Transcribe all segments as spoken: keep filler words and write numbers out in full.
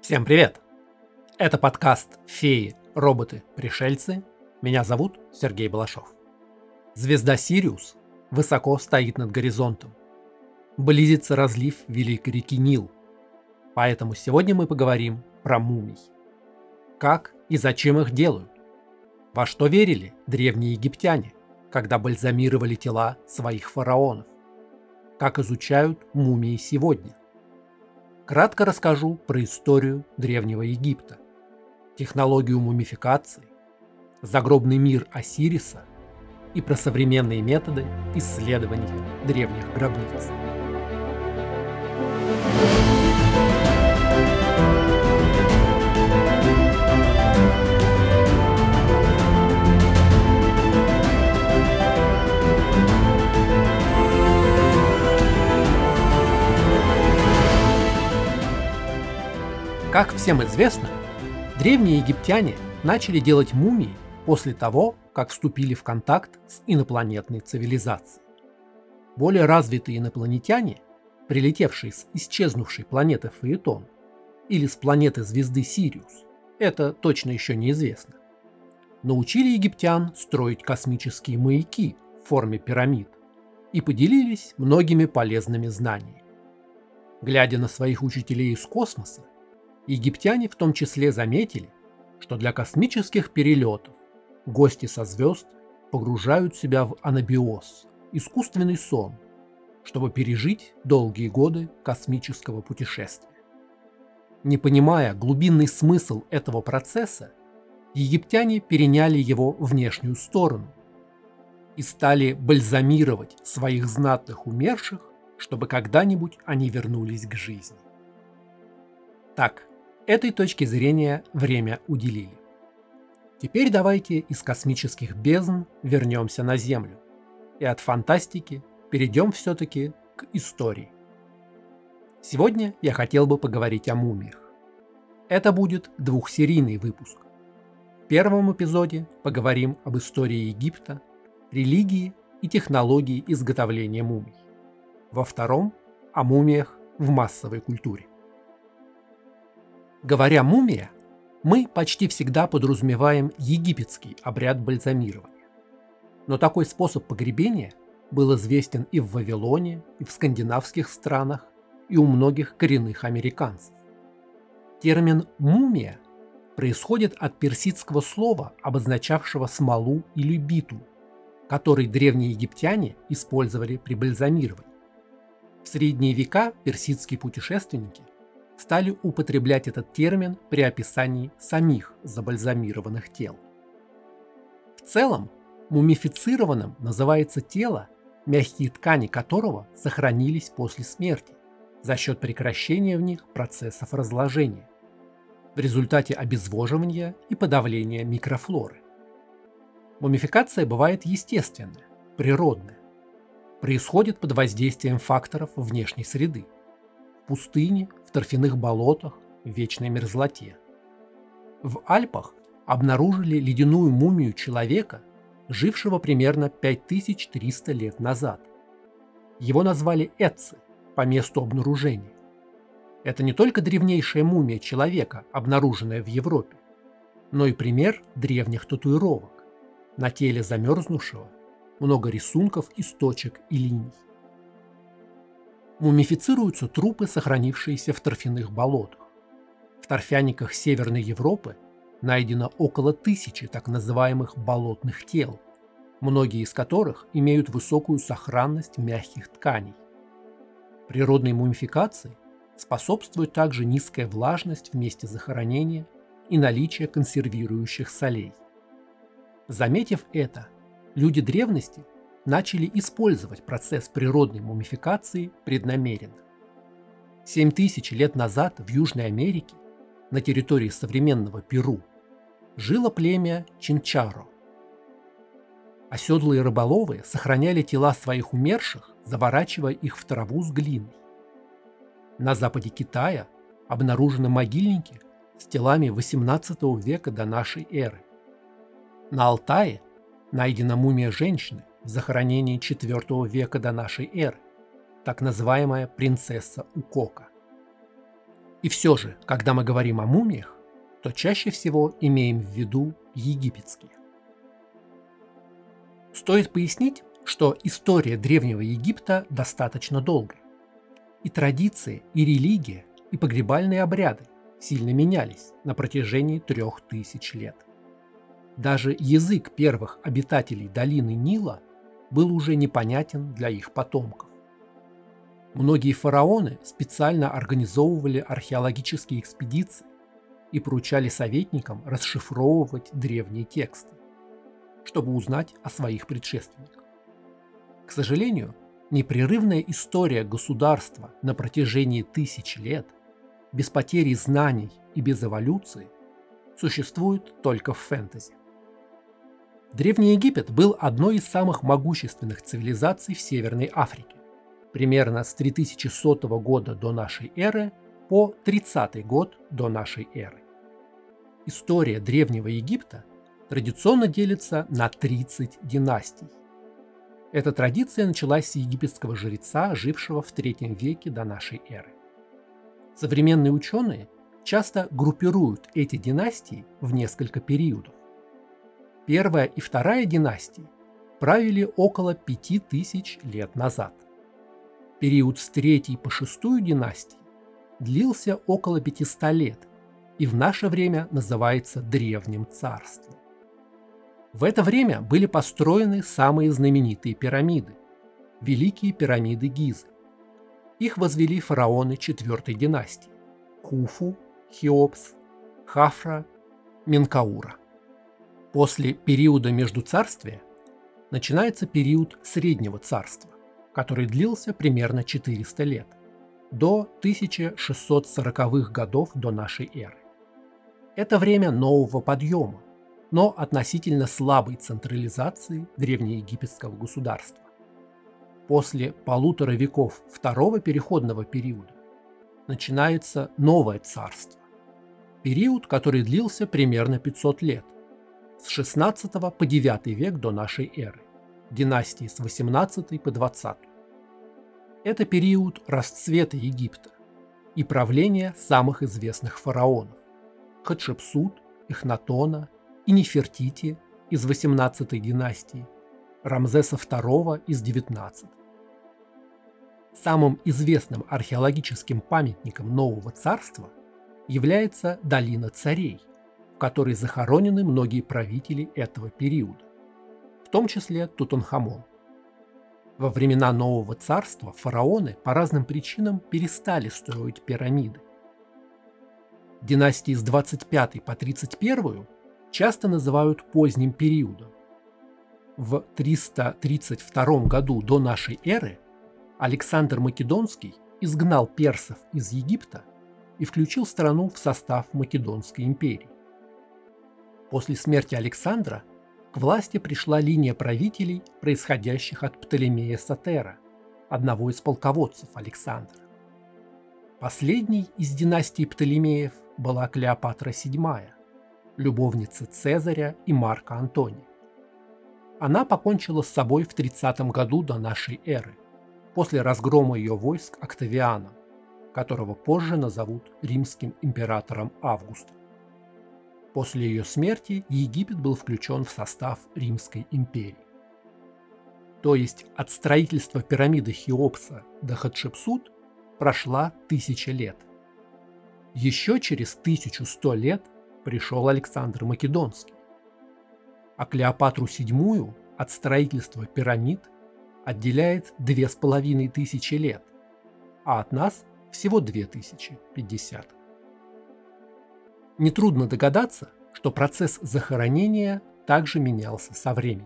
Всем привет! Это подкаст «Феи, роботы, пришельцы». Меня зовут Сергей Балашов. Звезда Сириус высоко стоит над горизонтом. Близится разлив великой реки Нил. Поэтому сегодня мы поговорим про мумий. Как и зачем их делают? Во что верили древние египтяне, когда бальзамировали тела своих фараонов? Как изучают мумии сегодня? Кратко расскажу про историю Древнего Египта, технологию мумификации, загробный мир Осириса и про современные методы исследования древних гробниц. Как всем известно, древние египтяне начали делать мумии после того, как вступили в контакт с инопланетной цивилизацией. Более развитые инопланетяне, прилетевшие с исчезнувшей планеты Фаэтон или с планеты звезды Сириус, это точно еще неизвестно, научили египтян строить космические маяки в форме пирамид и поделились многими полезными знаниями. Глядя на своих учителей из космоса, египтяне в том числе заметили, что для космических перелетов гости со звезд погружают себя в анабиоз, искусственный сон, чтобы пережить долгие годы космического путешествия. Не понимая глубинный смысл этого процесса, египтяне переняли его внешнюю сторону и стали бальзамировать своих знатных умерших, чтобы когда-нибудь они вернулись к жизни. Так, этой точки зрения время уделили. Теперь давайте из космических бездн вернемся на Землю и от фантастики перейдем все-таки к истории. Сегодня я хотел бы поговорить о мумиях. Это будет двухсерийный выпуск. В первом эпизоде поговорим об истории Египта, религии и технологии изготовления мумий. Во втором – о мумиях в массовой культуре. Говоря «мумия», мы почти всегда подразумеваем египетский обряд бальзамирования. Но такой способ погребения был известен и в Вавилоне, и в скандинавских странах, и у многих коренных американцев. Термин «мумия» происходит от персидского слова, обозначавшего смолу или битум, который древние египтяне использовали при бальзамировании. В средние века персидские путешественники стали употреблять этот термин при описании самих забальзамированных тел. В целом, мумифицированным называется тело, мягкие ткани которого сохранились после смерти за счет прекращения в них процессов разложения, в результате обезвоживания и подавления микрофлоры. Мумификация бывает естественная, природная, происходит под воздействием факторов внешней среды, в пустыне, в торфяных болотах, в вечной мерзлоте. В Альпах обнаружили ледяную мумию человека, жившего примерно пять тысяч триста лет назад. Его назвали Эцци по месту обнаружения. Это не только древнейшая мумия человека, обнаруженная в Европе, но и пример древних татуировок. На теле замерзнувшего много рисунков из точек и линий. Мумифицируются трупы, сохранившиеся в торфяных болотах. В торфяниках Северной Европы найдено около тысячи так называемых болотных тел, многие из которых имеют высокую сохранность мягких тканей. Природной мумификации способствует также низкая влажность в месте захоронения и наличие консервирующих солей. Заметив это, люди древности начали использовать процесс природной мумификации преднамеренно. семь тысяч лет назад в Южной Америке, на территории современного Перу, жило племя Чинчаро. Оседлые рыболовы сохраняли тела своих умерших, заворачивая их в траву с глиной. На западе Китая обнаружены могильники с телами восемнадцатого века до нашей эры. На Алтае найдена мумия женщины в захоронении четвёртого века до нашей эры, так называемая принцесса Укока. И все же, когда мы говорим о мумиях, то чаще всего имеем в виду египетские. Стоит пояснить, что история Древнего Египта достаточно долгая. И традиции, и религия, и погребальные обряды сильно менялись на протяжении трех тысяч лет. Даже язык первых обитателей долины Нила был уже непонятен для их потомков. Многие фараоны специально организовывали археологические экспедиции и поручали советникам расшифровывать древние тексты, чтобы узнать о своих предшественниках. К сожалению, непрерывная история государства на протяжении тысяч лет, без потери знаний и без эволюции, существует только в фэнтези. Древний Египет был одной из самых могущественных цивилизаций в Северной Африке, примерно с три тысячи сотого года до нашей эры по тридцатый год до нашей эры. История Древнего Египта традиционно делится на тридцать династий. Эта традиция началась с египетского жреца, жившего в третьем веке до нашей эры. Современные ученые часто группируют эти династии в несколько периодов. Первая и вторая династии правили около пяти тысяч лет назад. Период с третьей по шестую династии длился около пятисот лет и в наше время называется Древним Царством. В это время были построены самые знаменитые пирамиды – Великие пирамиды Гизы. Их возвели фараоны четвертой династии – Хуфу, Хеопс, Хафра, Менкаура. После периода Междуцарствия начинается период Среднего Царства, который длился примерно четыреста лет, до тысяча шестьсот сороковых годов до нашей эры. Это время нового подъема, но относительно слабой централизации древнеегипетского государства. После полутора веков второго переходного периода начинается новое царство, период, который длился примерно пятьсот лет, с шестнадцатого по девятый век до нашей эры, династии с восемнадцатой по двадцатую. Это период расцвета Египта и правления самых известных фараонов – Хатшепсут, Эхнатона и Нефертити из восемнадцатой династии, Рамзеса второго из девятнадцатой. Самым известным археологическим памятником Нового Царства является Долина Царей, в которой захоронены многие правители этого периода, в том числе Тутанхамон. Во времена Нового Царства фараоны по разным причинам перестали строить пирамиды. Династии с двадцать пятой по тридцать первую часто называют поздним периодом. В триста тридцать втором году до нашей эры Александр Македонский изгнал персов из Египта и включил страну в состав Македонской империи. После смерти Александра к власти пришла линия правителей, происходящих от Птолемея Сотера, одного из полководцев Александра. Последней из династии Птолемеев была Клеопатра седьмая, любовница Цезаря и Марка Антония. Она покончила с собой в тридцатом году до нашей эры, после разгрома ее войск Октавианом, которого позже назовут римским императором Августом. После ее смерти Египет был включен в состав Римской империи. То есть от строительства пирамиды Хеопса до Хатшепсут прошла тысяча лет. Еще через тысячу сто лет пришел Александр Македонский. А Клеопатру седьмую от строительства пирамид отделяет две с половиной тысячи лет, а от нас всего две тысячи пятьдесят. Нетрудно догадаться, что процесс захоронения также менялся со временем.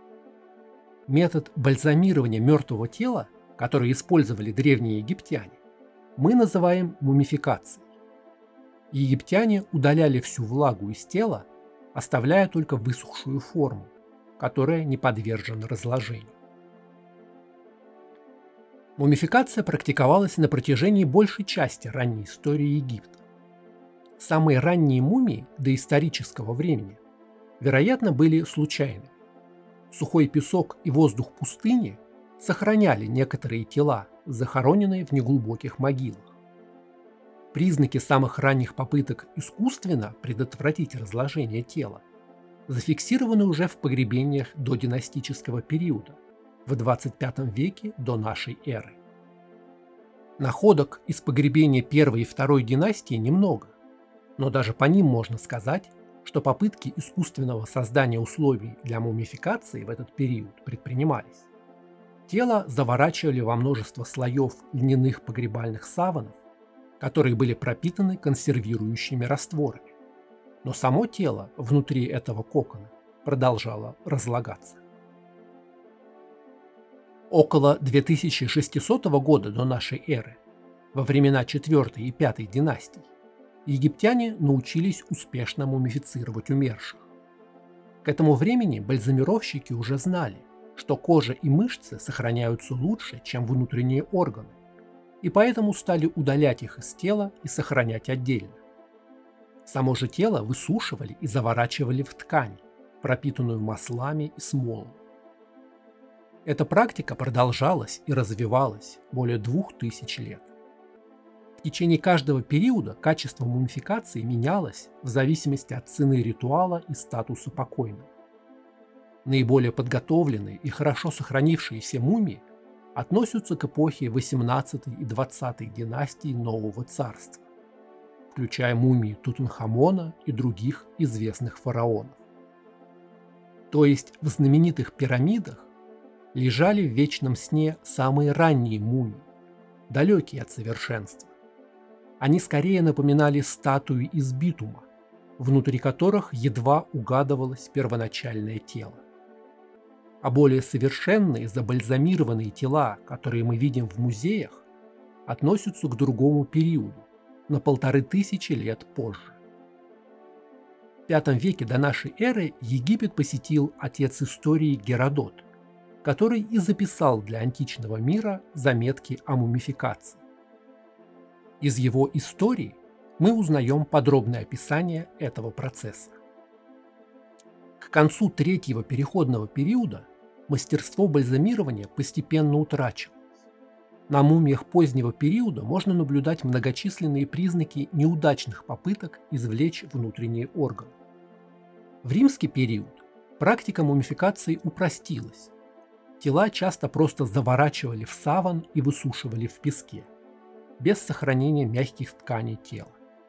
Метод бальзамирования мертвого тела, который использовали древние египтяне, мы называем мумификацией. Египтяне удаляли всю влагу из тела, оставляя только высохшую форму, которая не подвержена разложению. Мумификация практиковалась на протяжении большей части ранней истории Египта. Самые ранние мумии доисторического времени, вероятно, были случайными. Сухой песок и воздух пустыни сохраняли некоторые тела, захороненные в неглубоких могилах. Признаки самых ранних попыток искусственно предотвратить разложение тела зафиксированы уже в погребениях до династического периода, в двадцать пятом веке до нашей эры. Находок из погребения первой и второй династии немного, но даже по ним можно сказать, что попытки искусственного создания условий для мумификации в этот период предпринимались. Тело заворачивали во множество слоев льняных погребальных саванов, которые были пропитаны консервирующими растворами, но само тело внутри этого кокона продолжало разлагаться. Около две тысячи шестисотого года до нашей эры, во времена четвёртой и пятой династий, египтяне научились успешно мумифицировать умерших. К этому времени бальзамировщики уже знали, что кожа и мышцы сохраняются лучше, чем внутренние органы, и поэтому стали удалять их из тела и сохранять отдельно. Само же тело высушивали и заворачивали в ткань, пропитанную маслами и смолами. Эта практика продолжалась и развивалась более двух тысяч лет. В течение каждого периода качество мумификации менялось в зависимости от цены ритуала и статуса покойного. Наиболее подготовленные и хорошо сохранившиеся мумии относятся к эпохе восемнадцатой и двадцатой династии Нового Царства, включая мумии Тутанхамона и других известных фараонов. То есть в знаменитых пирамидах лежали в вечном сне самые ранние мумии, далекие от совершенства. Они скорее напоминали статуи из битума, внутри которых едва угадывалось первоначальное тело. А более совершенные забальзамированные тела, которые мы видим в музеях, относятся к другому периоду, на полторы тысячи лет позже. В пятом веке до нашей эры Египет посетил отец истории Геродот, который и записал для античного мира заметки о мумификации. Из его истории мы узнаем подробное описание этого процесса. К концу третьего переходного периода мастерство бальзамирования постепенно утрачивалось. На мумиях позднего периода можно наблюдать многочисленные признаки неудачных попыток извлечь внутренние органы. В римский период практика мумификации упростилась. Тела часто просто заворачивали в саван и высушивали в песке, без сохранения мягких тканей тела.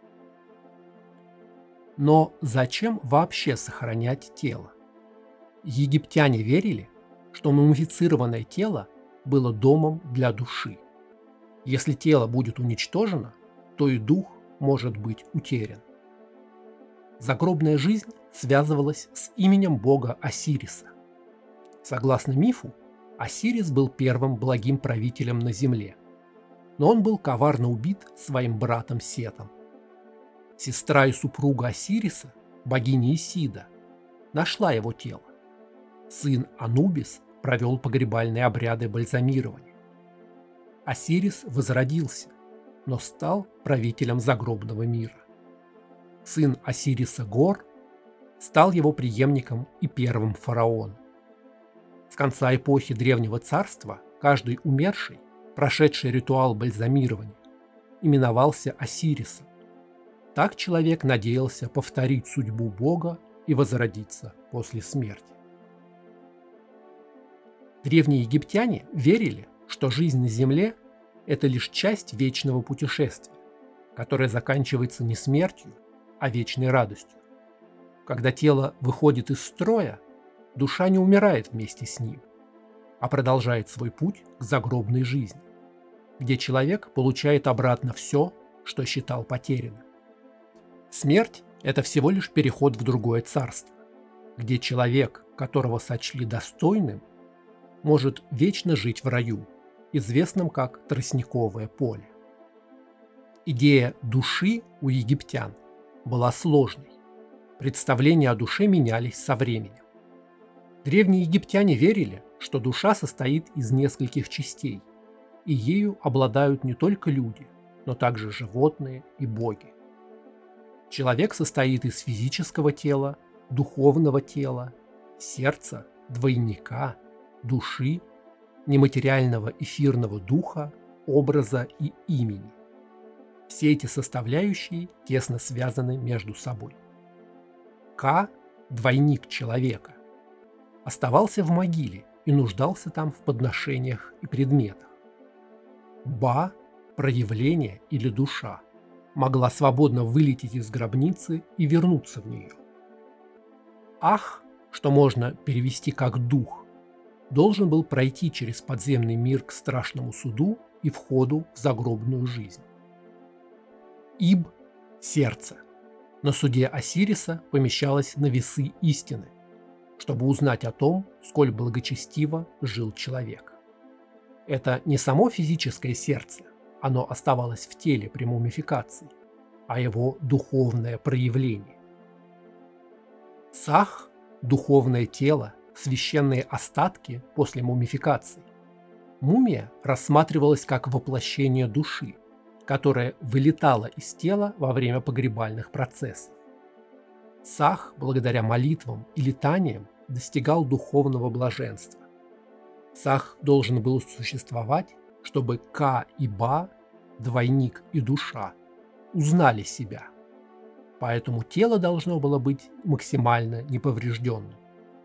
Но зачем вообще сохранять тело? Египтяне верили, что мумифицированное тело было домом для души. Если тело будет уничтожено, то и дух может быть утерян. Загробная жизнь связывалась с именем бога Осириса. Согласно мифу, Осирис был первым благим правителем на земле, но он был коварно убит своим братом Сетом. Сестра и супруга Осириса, богиня Исида, нашла его тело. Сын Анубис провел погребальные обряды бальзамирования. Осирис возродился, но стал правителем загробного мира. Сын Осириса Гор стал его преемником и первым фараоном. С конца эпохи Древнего Царства каждый умерший, прошедший ритуал бальзамирования, именовался Осирисом. Так человек надеялся повторить судьбу Бога и возродиться после смерти. Древние египтяне верили, что жизнь на Земле – это лишь часть вечного путешествия, которое заканчивается не смертью, а вечной радостью. Когда тело выходит из строя, душа не умирает вместе с ним, а продолжает свой путь к загробной жизни, где человек получает обратно все, что считал потерянным. Смерть – это всего лишь переход в другое царство, где человек, которого сочли достойным, может вечно жить в раю, известном как тростниковое поле. Идея души у египтян была сложной. Представления о душе менялись со временем. Древние египтяне верили, что душа состоит из нескольких частей, и ею обладают не только люди, но также животные и боги. Человек состоит из физического тела, духовного тела, сердца, двойника, души, нематериального эфирного духа, образа и имени. Все эти составляющие тесно связаны между собой. Ка, двойник человека, оставался в могиле и нуждался там в подношениях и предметах. Ба, проявление или душа, могла свободно вылететь из гробницы и вернуться в нее. Ах, что можно перевести как дух, должен был пройти через подземный мир к страшному суду и входу в загробную жизнь. Иб – сердце. На суде Осириса помещалось на весы истины, чтобы узнать о том, сколь благочестиво жил человек. Это не само физическое сердце, оно оставалось в теле при мумификации, а его духовное проявление. Сах – духовное тело, священные остатки после мумификации. Мумия рассматривалась как воплощение души, которая вылетала из тела во время погребальных процессов. Сах, благодаря молитвам и летаниям, достигал духовного блаженства. Сах должен был существовать, чтобы Ка и Ба, двойник и душа, узнали себя. Поэтому тело должно было быть максимально неповрежденным.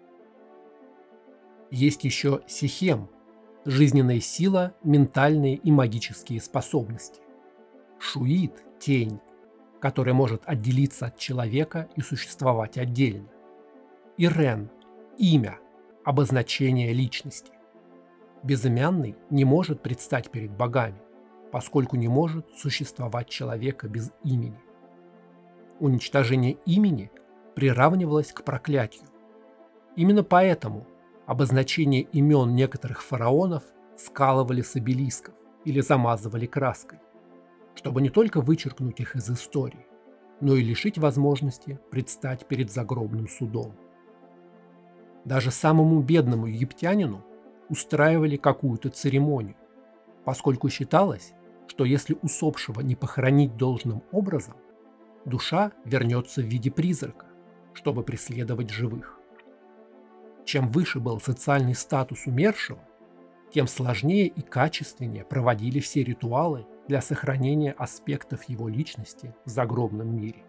Есть еще Сихем, жизненная сила, ментальные и магические способности. Шуит – тень, которая может отделиться от человека и существовать отдельно. Ирен – имя, обозначение личности. Безымянный не может предстать перед богами, поскольку не может существовать человека без имени. Уничтожение имени приравнивалось к проклятию. Именно поэтому обозначение имен некоторых фараонов скалывали с обелисков или замазывали краской, чтобы не только вычеркнуть их из истории, но и лишить возможности предстать перед загробным судом. Даже самому бедному египтянину устраивали какую-то церемонию, поскольку считалось, что если усопшего не похоронить должным образом, душа вернется в виде призрака, чтобы преследовать живых. Чем выше был социальный статус умершего, тем сложнее и качественнее проводили все ритуалы для сохранения аспектов его личности в загробном мире.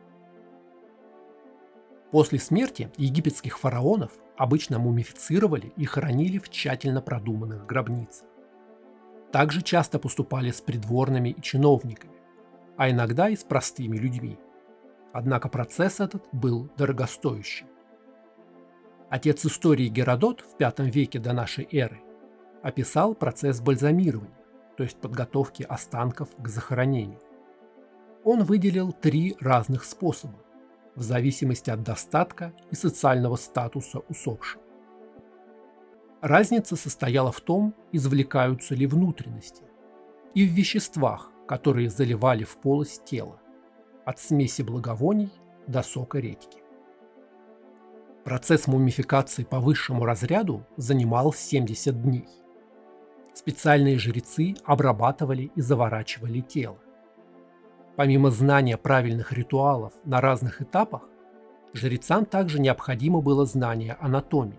После смерти египетских фараонов обычно мумифицировали и хоронили в тщательно продуманных гробницах. Также часто поступали с придворными и чиновниками, а иногда и с простыми людьми. Однако процесс этот был дорогостоящим. Отец истории Геродот в пятом веке до нашей эры описал процесс бальзамирования, то есть подготовки останков к захоронению. Он выделил три разных способа, в зависимости от достатка и социального статуса усопшего. Разница состояла в том, извлекаются ли внутренности, и в веществах, которые заливали в полость тела, от смеси благовоний до сока редьки. Процесс мумификации по высшему разряду занимал семьдесят дней. Специальные жрецы обрабатывали и заворачивали тело. Помимо знания правильных ритуалов на разных этапах, жрецам также необходимо было знание анатомии.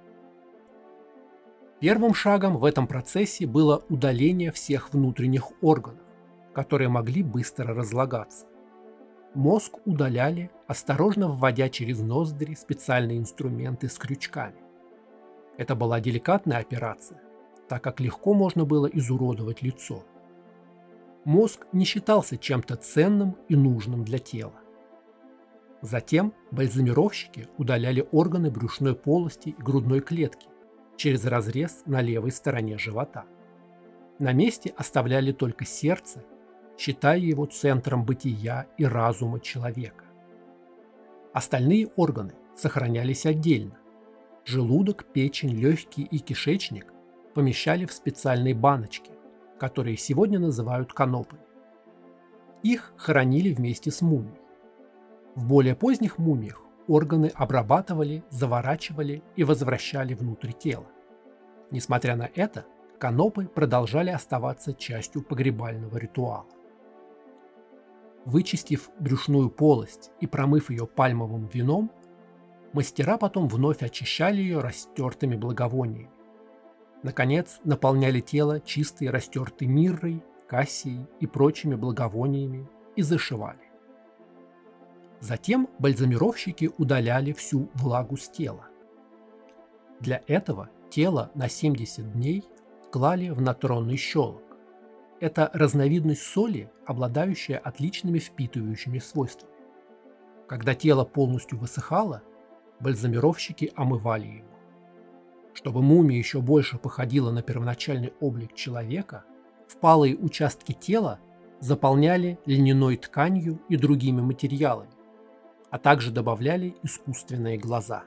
Первым шагом в этом процессе было удаление всех внутренних органов, которые могли быстро разлагаться. Мозг удаляли, осторожно вводя через ноздри специальные инструменты с крючками. Это была деликатная операция, так как легко можно было изуродовать лицо. Мозг не считался чем-то ценным и нужным для тела. Затем бальзамировщики удаляли органы брюшной полости и грудной клетки через разрез на левой стороне живота. На месте оставляли только сердце, считая его центром бытия и разума человека. Остальные органы сохранялись отдельно. Желудок, печень, легкие и кишечник помещали в специальные баночки, которые сегодня называют канопами. Их хоронили вместе с мумией. В более поздних мумиях органы обрабатывали, заворачивали и возвращали внутрь тела. Несмотря на это, канопы продолжали оставаться частью погребального ритуала. Вычистив брюшную полость и промыв ее пальмовым вином, мастера потом вновь очищали ее растертыми благовониями. Наконец, наполняли тело чистой растертой миррой, кассией и прочими благовониями и зашивали. Затем бальзамировщики удаляли всю влагу с тела. Для этого тело на семьдесят дней клали в натронный щелок. Это разновидность соли, обладающая отличными впитывающими свойствами. Когда тело полностью высыхало, бальзамировщики омывали его. Чтобы мумия еще больше походила на первоначальный облик человека, впалые участки тела заполняли льняной тканью и другими материалами, а также добавляли искусственные глаза.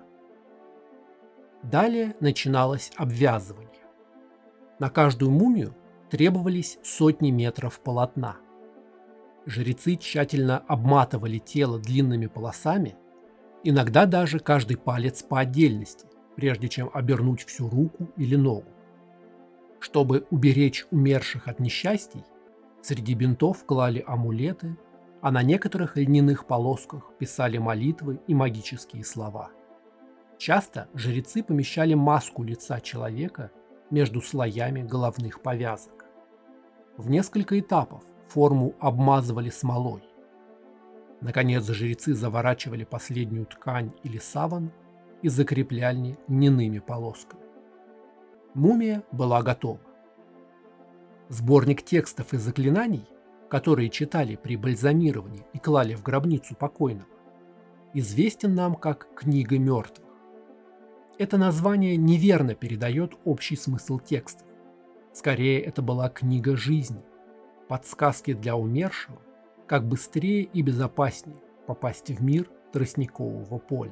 Далее начиналось обвязывание. На каждую мумию требовались сотни метров полотна. Жрецы тщательно обматывали тело длинными полосами, иногда даже каждый палец по отдельности, прежде чем обернуть всю руку или ногу. Чтобы уберечь умерших от несчастий, среди бинтов клали амулеты, а на некоторых льняных полосках писали молитвы и магические слова. Часто жрецы помещали маску лица человека между слоями головных повязок. В несколько этапов форму обмазывали смолой. Наконец жрецы заворачивали последнюю ткань или саван и закрепляли льняными полосками. Мумия была готова. Сборник текстов и заклинаний, которые читали при бальзамировании и клали в гробницу покойного, известен нам как «Книга мертвых». Это название неверно передает общий смысл текста. Скорее, это была книга жизни, подсказки для умершего, как быстрее и безопаснее попасть в мир тростникового поля.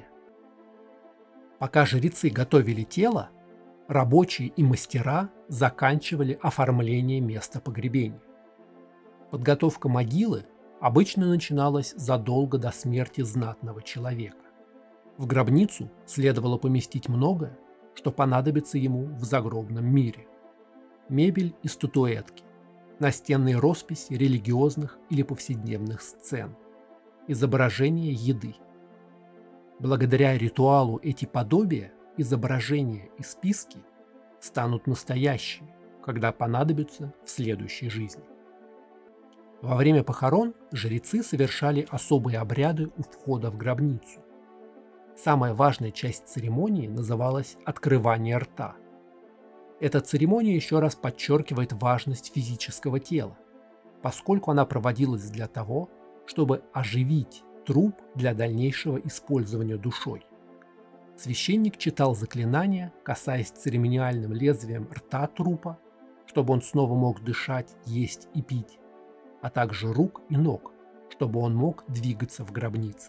Пока жрецы готовили тело, рабочие и мастера заканчивали оформление места погребения. Подготовка могилы обычно начиналась задолго до смерти знатного человека. В гробницу следовало поместить многое, что понадобится ему в загробном мире. Мебель и статуэтки, настенные росписи религиозных или повседневных сцен, изображения еды. Благодаря ритуалу эти подобия, изображения и списки станут настоящими, когда понадобятся в следующей жизни. Во время похорон жрецы совершали особые обряды у входа в гробницу. Самая важная часть церемонии называлась «открывание рта». Эта церемония еще раз подчеркивает важность физического тела, поскольку она проводилась для того, чтобы оживить труп для дальнейшего использования душой. Священник читал заклинания, касаясь церемониальным лезвием рта трупа, чтобы он снова мог дышать, есть и пить, а также рук и ног, чтобы он мог двигаться в гробнице.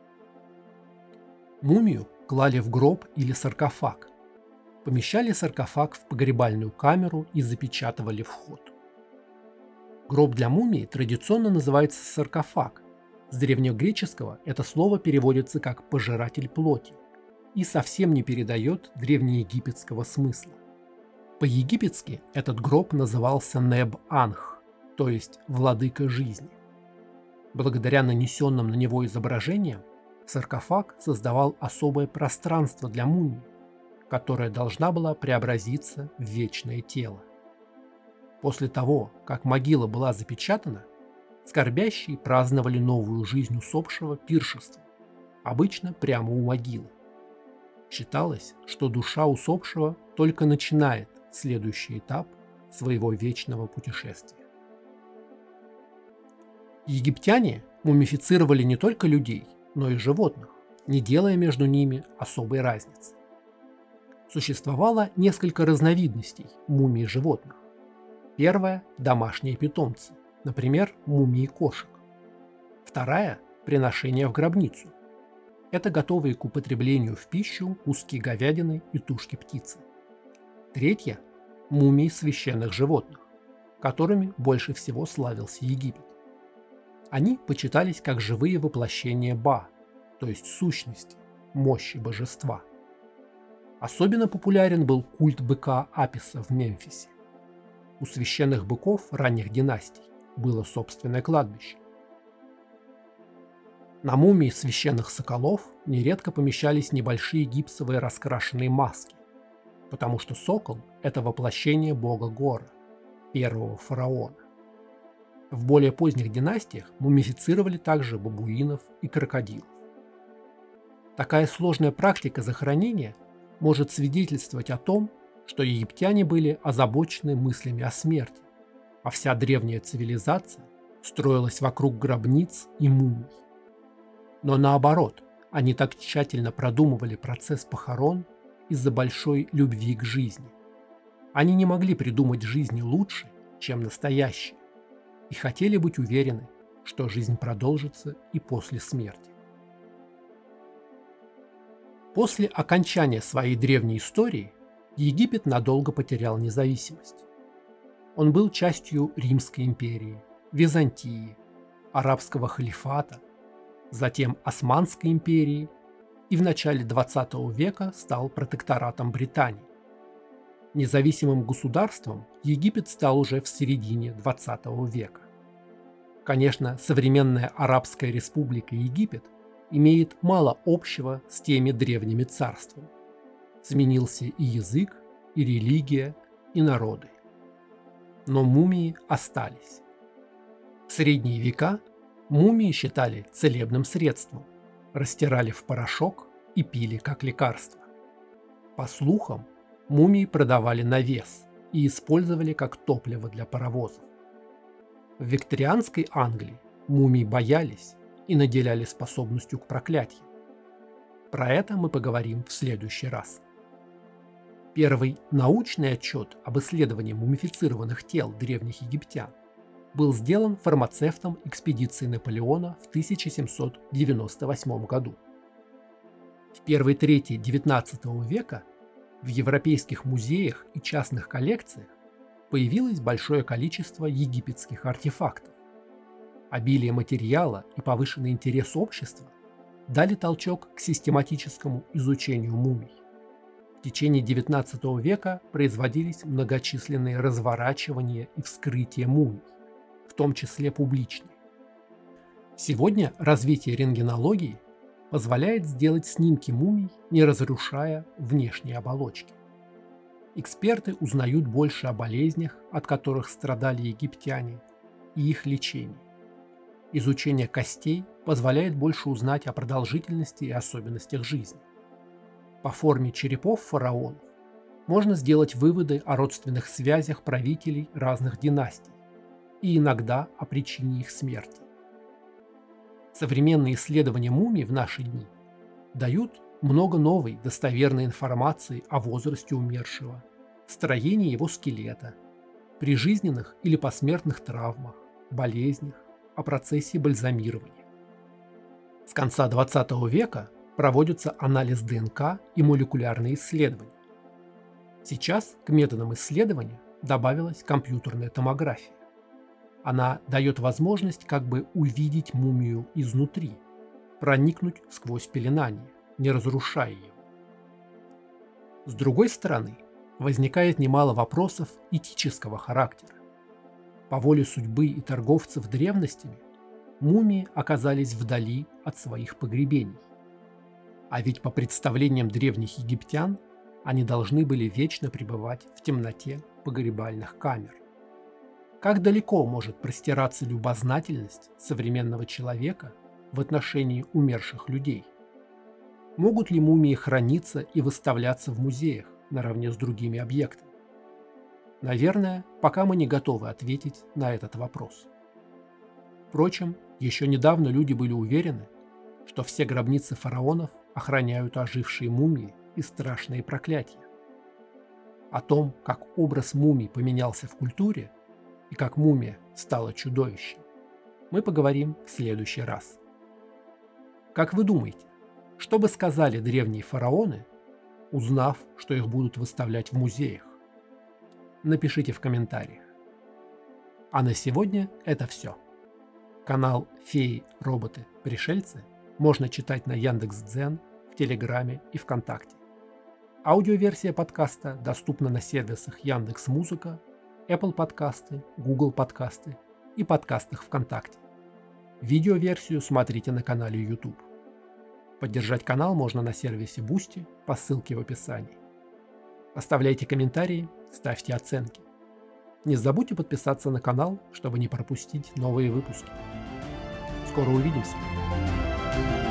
Мумию клали в гроб или саркофаг. Помещали саркофаг в погребальную камеру и запечатывали вход. Гроб для мумии традиционно называется саркофаг. С древнегреческого это слово переводится как «пожиратель плоти» и совсем не передает древнеегипетского смысла. По-египетски этот гроб назывался Неб-Анх, то есть «владыка жизни». Благодаря нанесенным на него изображениям саркофаг создавал особое пространство для мумии, которая должна была преобразиться в вечное тело. После того, как могила была запечатана, скорбящие праздновали новую жизнь усопшего пиршеством, обычно прямо у могилы. Считалось, что душа усопшего только начинает следующий этап своего вечного путешествия. Египтяне мумифицировали не только людей, но и животных, не делая между ними особой разницы. Существовало несколько разновидностей мумий животных. Первая – домашние питомцы, например, мумии кошек. Вторая – приношение в гробницу. Это готовые к употреблению в пищу куски говядины и тушки птицы. Третья – мумии священных животных, которыми больше всего славился Египет. Они почитались как живые воплощения Ба, то есть сущности, мощи божества. Особенно популярен был культ быка Аписа в Мемфисе. У священных быков ранних династий было собственное кладбище. На мумии священных соколов нередко помещались небольшие гипсовые раскрашенные маски, потому что сокол – это воплощение бога Гора, первого фараона. В более поздних династиях мумифицировали также бабуинов и крокодилов. Такая сложная практика захоронения может свидетельствовать о том, что египтяне были озабочены мыслями о смерти, а вся древняя цивилизация строилась вокруг гробниц и мумий. Но наоборот, они так тщательно продумывали процесс похорон из-за большой любви к жизни. Они не могли придумать жизни лучше, чем настоящие, и хотели быть уверены, что жизнь продолжится и после смерти. После окончания своей древней истории Египет надолго потерял независимость. Он был частью Римской империи, Византии, Арабского халифата, затем Османской империи и в начале двадцатого века стал протекторатом Британии. Независимым государством Египет стал уже в середине двадцатого века. Конечно, современная Арабская республика Египет имеет мало общего с теми древними царствами. Сменился и язык, и религия, и народы. Но мумии остались. В средние века мумии считали целебным средством, растирали в порошок и пили как лекарство. По слухам, мумии продавали на вес и использовали как топливо для паровозов. В викторианской Англии мумии боялись и наделяли способностью к проклятию. Про это мы поговорим в следующий раз. Первый научный отчет об исследовании мумифицированных тел древних египтян был сделан фармацевтом экспедиции Наполеона в тысяча семьсот девяносто восьмом году. В первой трети девятнадцатого века в европейских музеях и частных коллекциях появилось большое количество египетских артефактов. Обилие материала и повышенный интерес общества дали толчок к систематическому изучению мумий. В течение девятнадцатого века производились многочисленные разворачивания и вскрытия мумий, в том числе публичные. Сегодня развитие рентгенологии позволяет сделать снимки мумий, не разрушая внешние оболочки. Эксперты узнают больше о болезнях, от которых страдали египтяне, и их лечении. Изучение костей позволяет больше узнать о продолжительности и особенностях жизни. По форме черепов фараонов можно сделать выводы о родственных связях правителей разных династий и иногда о причине их смерти. Современные исследования мумий в наши дни дают много новой достоверной информации о возрасте умершего, строении его скелета, прижизненных или посмертных травмах, болезнях, о процессе бальзамирования. С конца двадцатого века проводится анализ ДНК и молекулярные исследования. Сейчас к методам исследования добавилась компьютерная томография. Она дает возможность как бы увидеть мумию изнутри, проникнуть сквозь пеленание, не разрушая его. С другой стороны, возникает немало вопросов этического характера. По воле судьбы и торговцев древностями мумии оказались вдали от своих погребений. А ведь по представлениям древних египтян они должны были вечно пребывать в темноте погребальных камер. Как далеко может простираться любознательность современного человека в отношении умерших людей? Могут ли мумии храниться и выставляться в музеях наравне с другими объектами? Наверное, пока мы не готовы ответить на этот вопрос. Впрочем, еще недавно люди были уверены, что все гробницы фараонов охраняют ожившие мумии и страшные проклятия. О том, как образ мумий поменялся в культуре и как мумия стала чудовищем, мы поговорим в следующий раз. Как вы думаете, что бы сказали древние фараоны, узнав, что их будут выставлять в музеях? Напишите в комментариях. А на сегодня это все. Канал «Феи, роботы, пришельцы» можно читать на Яндекс.Дзен, в Телеграме и ВКонтакте. Аудиоверсия подкаста доступна на сервисах Яндекс.Музыка, Apple подкасты, Google подкасты и подкастах ВКонтакте. Видеоверсию смотрите на канале YouTube. Поддержать канал можно на сервисе Boosty по ссылке в описании. Оставляйте комментарии, ставьте оценки. Не забудьте подписаться на канал, чтобы не пропустить новые выпуски. Скоро увидимся!